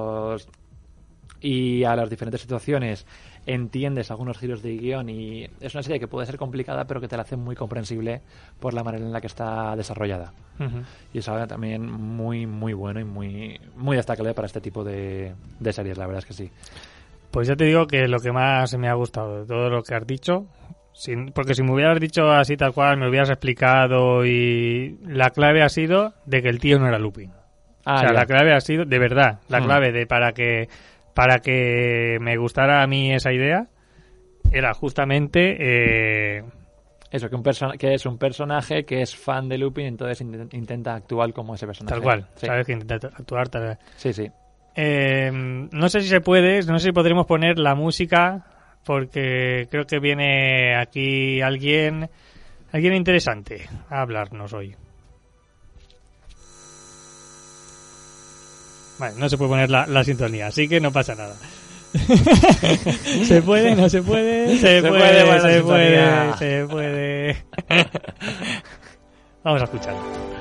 y a las diferentes situaciones entiendes algunos giros de guión, y es una serie que puede ser complicada pero que te la hace muy comprensible por la manera en la que está desarrollada. Y es algo también muy muy bueno y muy, muy destacable para este tipo de series, la verdad es que sí. Pues ya te digo que lo que más me ha gustado de todo lo que has dicho, porque si me hubieras dicho así tal cual, me hubieras explicado, y la clave ha sido de que el tío no era Lupin. La clave ha sido, de verdad, la clave de para que me gustara a mí esa idea era justamente eso, que es un personaje que es fan de Lupin, entonces intenta actuar como ese personaje. Tal cual, sabes que intenta actuar tal vez. Sí. No sé si se puede, no sé si podremos poner la música, porque creo que viene aquí alguien interesante a hablarnos hoy. Vale, no se puede poner la sintonía, así que no pasa nada. ¿Se puede? ¿No se puede? Se puede. Vamos a escuchar.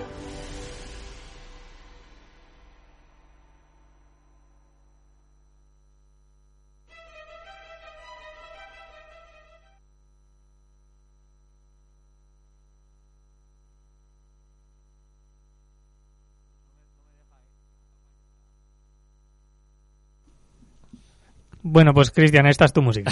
Bueno, pues Cristian, esta es tu música.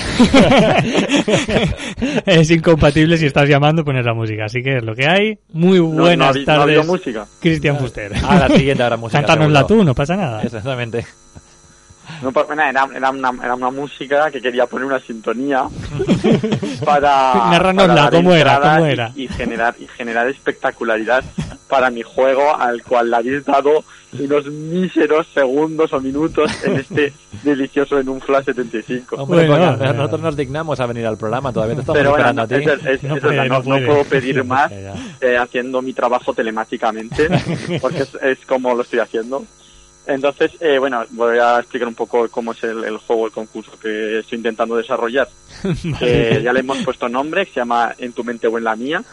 Es incompatible si estás llamando poner la música, así que es lo que hay. Muy buenas tardes, música. Cristian Fuster. A la siguiente habrá música. Cántanosla tú, no pasa nada. Exactamente. No, era una música que quería poner una sintonía para... Narránosla, ¿cómo era? Y generar espectacularidad para mi juego, al cual le habéis dado unos míseros segundos o minutos en este delicioso en un Flash 75. Hombre, nosotros nos dignamos a venir al programa, todavía te estamos esperando a ti. No puedo pedir más haciendo mi trabajo telemáticamente, porque es como lo estoy haciendo. Entonces, voy a explicar un poco cómo es el juego, el concurso que estoy intentando desarrollar. Ya le hemos puesto nombre, que se llama En tu mente o en la mía,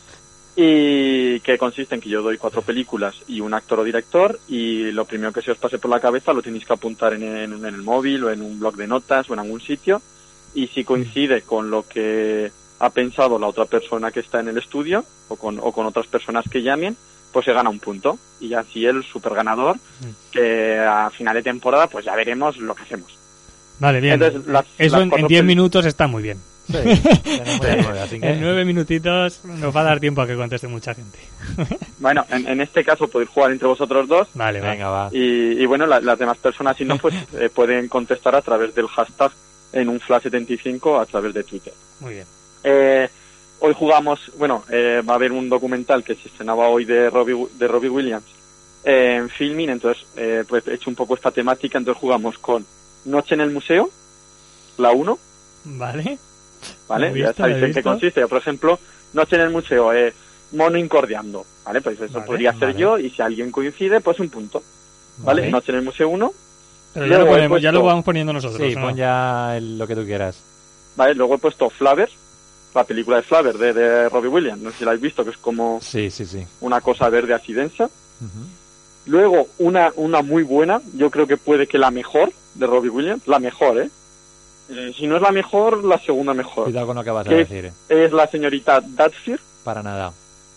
y que consiste en que yo doy 4 películas y un actor o director, y lo primero que se os pase por la cabeza lo tenéis que apuntar en el móvil o en un blog de notas o en algún sitio, y si coincide con lo que ha pensado la otra persona que está en el estudio o con otras personas que llamen, pues se gana un punto, y así el super ganador, que a final de temporada pues ya veremos lo que hacemos. Vale, bien. Entonces, eso en 10 minutos está muy bien. Sí, así que... En 9 minutitos nos va a dar tiempo a que conteste mucha gente. Bueno, en este caso podéis jugar entre vosotros dos. Vale, venga, va. Y bueno, las demás personas, si no, pues pueden contestar a través del hashtag en un Flash 75 a través de Twitter. Muy bien. Hoy jugamos, va a haber un documental que se estrenaba hoy de Robbie Williams en Filmin, entonces pues he hecho un poco esta temática, entonces jugamos con Noche en el Museo, la 1. Vale. Ya sabéis en qué consiste. Por ejemplo, Noche en el Museo, mono incordiando, ¿vale? Pues eso podría ser yo, y si alguien coincide, pues un punto. ¿Vale? Noche en el Museo 1. Pero ya lo ponemos, ya lo vamos poniendo nosotros. Sí, ¿no? Pon ya lo que tú quieras. Vale, luego he puesto Flavor, la película de Flavor de Robbie Williams, no sé si la habéis visto, que es como sí. una cosa verde así densa. Luego una muy buena, yo creo que puede que la mejor de Robbie Williams, la mejor, si no es la mejor, la segunda mejor. Cuidado con lo que vas a decir. Es la señorita Dutfield. Para nada.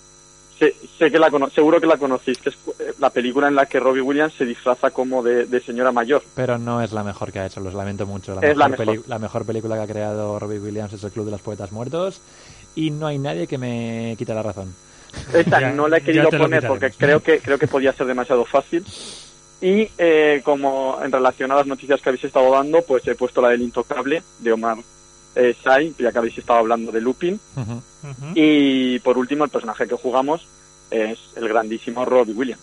Sé que seguro que la conocéis, que es la película en la que Robbie Williams se disfraza como de señora mayor. Pero no es la mejor que ha hecho, los lamento mucho. La mejor película que ha creado Robbie Williams es El Club de los Poetas Muertos, y no hay nadie que me quite la razón. Esta no la he querido poner porque creo que podía ser demasiado fácil. Y como en relación a las noticias que habéis estado dando, pues he puesto la del Intocable de Omar Sy, ya que habéis estado hablando de Lupin. Y por último, el personaje que jugamos es el grandísimo Robbie Williams.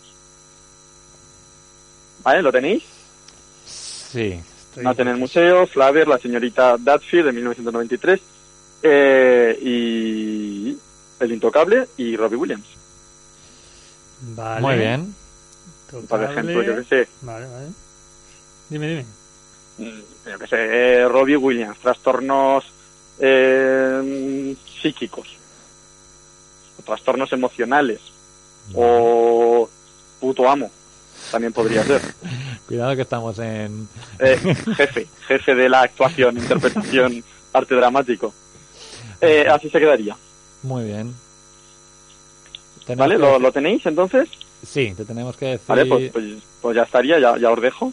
¿Vale? ¿Lo tenéis? Sí. Noche en el Museo, Flavor, la señorita Dutfield de 1993, y el Intocable y Robbie Williams. Vale. Muy bien. Tocable. Por ejemplo, yo que sé. Vale. Dime. Yo que sé, Robbie Williams, trastornos psíquicos, o trastornos emocionales, o puto amo, también podría ser. Cuidado que estamos en... jefe de la actuación, interpretación, arte dramático. Así se quedaría. Muy bien. ¿Vale? ¿Lo tenéis entonces? Sí, te tenemos que decir... Vale, pues ya estaría, ya os dejo.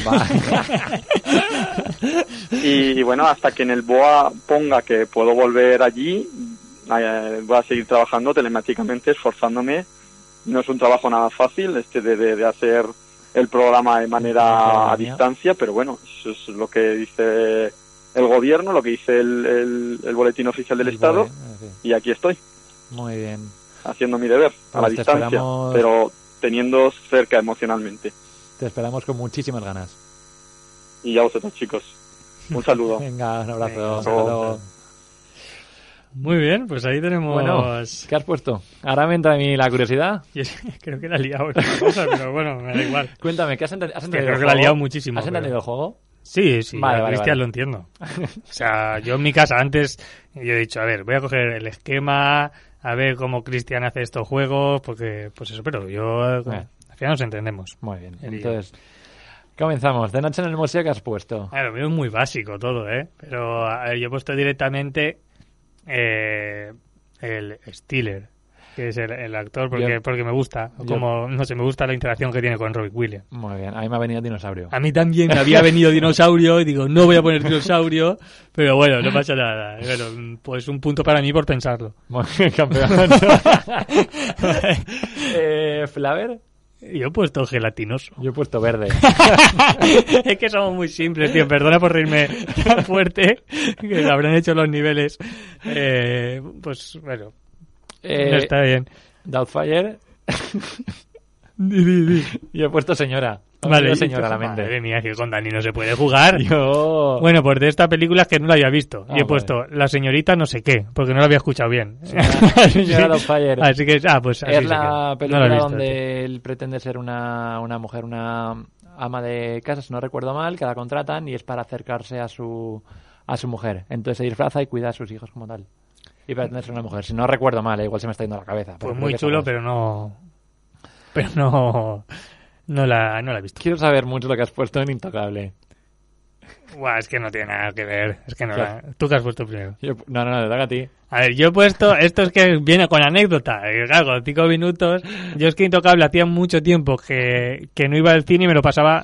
Y bueno, hasta que en el BOA ponga que puedo volver allí, voy a seguir trabajando telemáticamente, esforzándome. No es un trabajo nada fácil de hacer el programa de manera a distancia, pero bueno, eso es lo que dice el gobierno, lo que dice el boletín oficial del Estado, y aquí estoy. Muy bien. Haciendo mi deber a la distancia, pero teniendo cerca emocionalmente. Te esperamos con muchísimas ganas. Y ya vosotros, chicos. Un saludo. Venga, un abrazo. Venga, hasta luego. Muy bien, pues ahí tenemos... Bueno, ¿qué has puesto? Ahora me entra a mí la curiosidad. Creo que la he liado otra cosa, pero bueno, me da igual. Cuéntame, ¿qué has entendido? Creo que la he liado muchísimo. ¿Has entendido el juego? Sí, vale, Cristian lo entiendo. O sea, yo en mi casa antes, yo he dicho, a ver, voy a coger el esquema, a ver cómo Cristian hace estos juegos, porque, pues eso, pero yo, al final nos entendemos. Muy bien, entonces, comenzamos. De Noche en el Museo, ¿qué has puesto? Lo mío es muy básico todo, pero yo he puesto directamente el Stiller, que es el actor, porque me gusta, me gusta la interacción que tiene con Robbie Williams. Muy bien, a mí me ha venido dinosaurio. A mí también me había venido dinosaurio y digo, no voy a poner dinosaurio, pero bueno, no pasa nada. Bueno, pues un punto para mí por pensarlo. Muy bien, campeón. ¿Flavor? Yo he puesto gelatinoso. Yo he puesto verde. Es que somos muy simples, tío. Perdona por reírme tan fuerte, que habrán hecho los niveles. Pues bueno, no está bien. Doubtfire. Yo he puesto señora. Vale, señora a la mente. Madre mía, que con Dani no se puede jugar. Yo... Bueno, pues de esta película es que no la había visto. Y he vale. puesto la señorita no sé qué, porque no la había escuchado bien. Señora Doubtfire. Así que, pues así es se la queda. película No la he visto, donde tío. él pretende ser una mujer, una ama de casa, si no recuerdo mal, que la contratan y es para acercarse a su mujer. Entonces se disfraza y cuida a sus hijos como tal. Y pretende ser una mujer. Si no recuerdo mal, igual se me está yendo a la cabeza. Pues creo muy que chulo, somos. pero no la he visto. Quiero saber mucho lo que has puesto en Intocable. Buah, es que no tiene nada que ver. Es que no. Claro. Tú que has puesto primero. No, te toca a ti. A ver, yo he puesto, esto es que viene con anécdota, claro, 5 minutos. Yo es que Intocable hacía mucho tiempo que no iba al cine y me lo pasaba,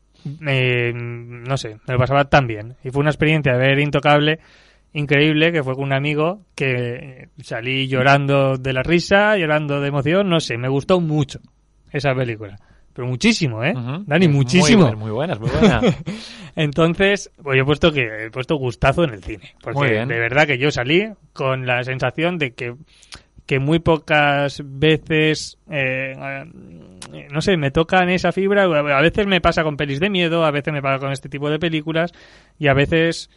no sé, me lo pasaba tan bien. Y fue una experiencia de ver Intocable increíble, que fue con un amigo que salí llorando de la risa, llorando de emoción, no sé, me gustó mucho esa película. Pero muchísimo, ¿eh? Uh-huh. Dani, muchísimo. Muy buena. Entonces, pues yo he puesto gustazo en el cine. Muy Porque bien. de verdad que yo salí con la sensación de que muy pocas veces, no sé, me tocan esa fibra. A veces me pasa con pelis de miedo, a veces me pasa con este tipo de películas y a veces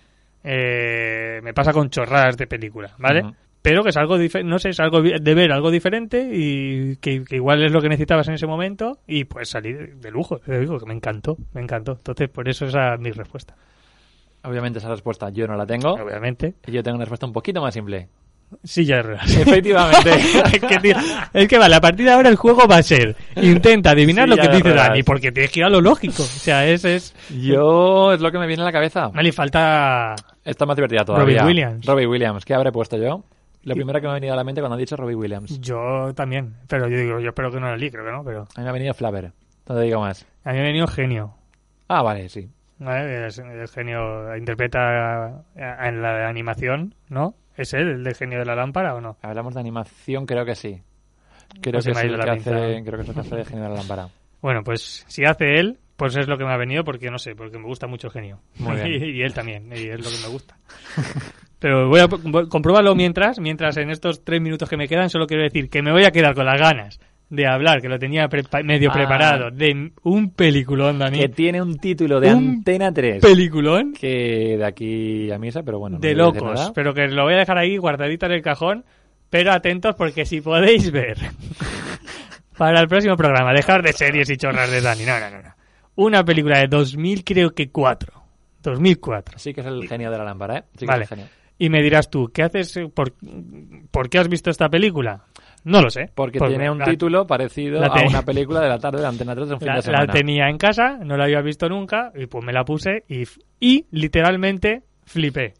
me pasa con chorradas de película, ¿vale? Uh-huh. Pero que es algo no sé, es algo de ver algo diferente y que igual es lo que necesitabas en ese momento y pues salí de lujo, te digo que me encantó. Entonces por eso esa es mi respuesta. Obviamente esa respuesta yo no la tengo. Obviamente. Y yo tengo una respuesta un poquito más simple. Sí, ya es Efectivamente. es que vale, a partir de ahora el juego va a ser intenta adivinar Sí, lo que ya dice verás. Dani, porque tienes que ir a lo lógico. O sea, es... Yo es lo que me viene a la cabeza. Vale, y falta... Está más divertida todavía. Robbie Williams. ¿Qué habré puesto yo? Lo primero que me ha venido a la mente cuando ha dicho Robbie Williams. Yo también, pero yo espero que no la li, creo que no, pero... A mí me ha venido Flaver. No te digo más. A mí me ha venido Genio. Ah, vale, sí. ¿Vale? El Genio interpreta en la de animación, ¿no? ¿Es él, el de Genio de la Lámpara o no? Hablamos de animación, creo que sí. Creo Pues que se me ha es ido el la que pinza. creo que es el que hace de Genio de la Lámpara. Bueno, pues si hace él, pues es lo que me ha venido porque no sé, porque me gusta mucho Genio. Muy bien. Y él también, y es lo que me gusta. Pero voy a compruébalo mientras en estos 3 minutos que me quedan, solo quiero decir que me voy a quedar con las ganas de hablar, que lo tenía medio preparado, de un peliculón, Dani. Que tiene un título de Un Antena 3. Peliculón Que de aquí a misa, pero bueno. No de voy a decir locos, nada. pero que lo voy a dejar ahí guardadito en el cajón, pero atentos porque si podéis ver para el próximo programa, dejar de series y chorras de Dani, no. Una película de 2004. Sí que es el genio de la lámpara, ¿eh? Sí que Vale. es el genio. Y me dirás tú, ¿qué haces? ¿Por qué has visto esta película? No lo sé. Porque tiene un título parecido la a una película de la tarde de Antena 3 de un fin de La semana. tenía en casa, no la había visto nunca, y pues me la puse y literalmente flipé.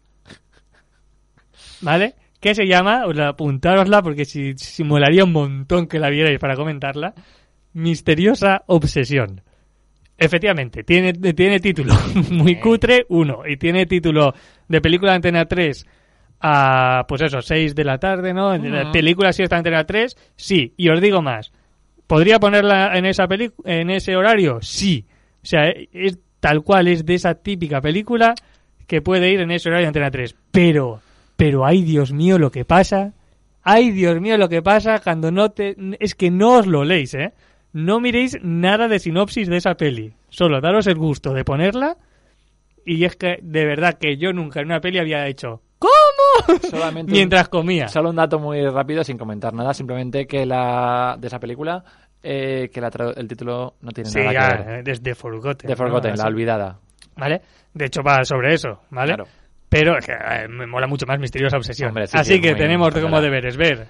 ¿Vale? ¿Qué se llama? Apuntárosla porque si molaría un montón que la vierais para comentarla. Misteriosa obsesión. Efectivamente, tiene título muy cutre, 1, y tiene título de película de Antena 3 a, pues eso, 6 de la tarde, ¿no? Película si está en Antena 3, sí, y os digo más, ¿podría ponerla en en ese horario? Sí, o sea, es tal cual, es de esa típica película que puede ir en ese horario de Antena 3, pero ay Dios mío lo que pasa cuando es que no os lo leéis, ¿eh? No miréis nada de sinopsis de esa peli. Solo daros el gusto de ponerla. Y es que, de verdad, que yo nunca en una peli había hecho ¿cómo? Solamente mientras comía. Solo un dato muy rápido, sin comentar nada. Simplemente que de esa película, que el título no tiene nada que ver. Desde Forgotten. De Forgotten, ¿no? la olvidada. ¿Vale? De hecho, va sobre eso, ¿vale? Claro. Pero es que me mola mucho más Misteriosa Obsesión. Hombre, sí, así sí, que muy tenemos bien, como deberes ver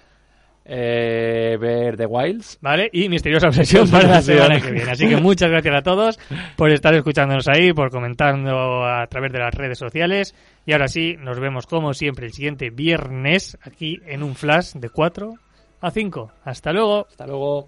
The Wilds, ¿vale? Y Misteriosa Obsesión para la semana que viene. Así que muchas gracias a todos por estar escuchándonos ahí, por comentando a través de las redes sociales. Y ahora sí, nos vemos como siempre el siguiente viernes aquí en un flash de 4 a 5. Hasta luego. Hasta luego.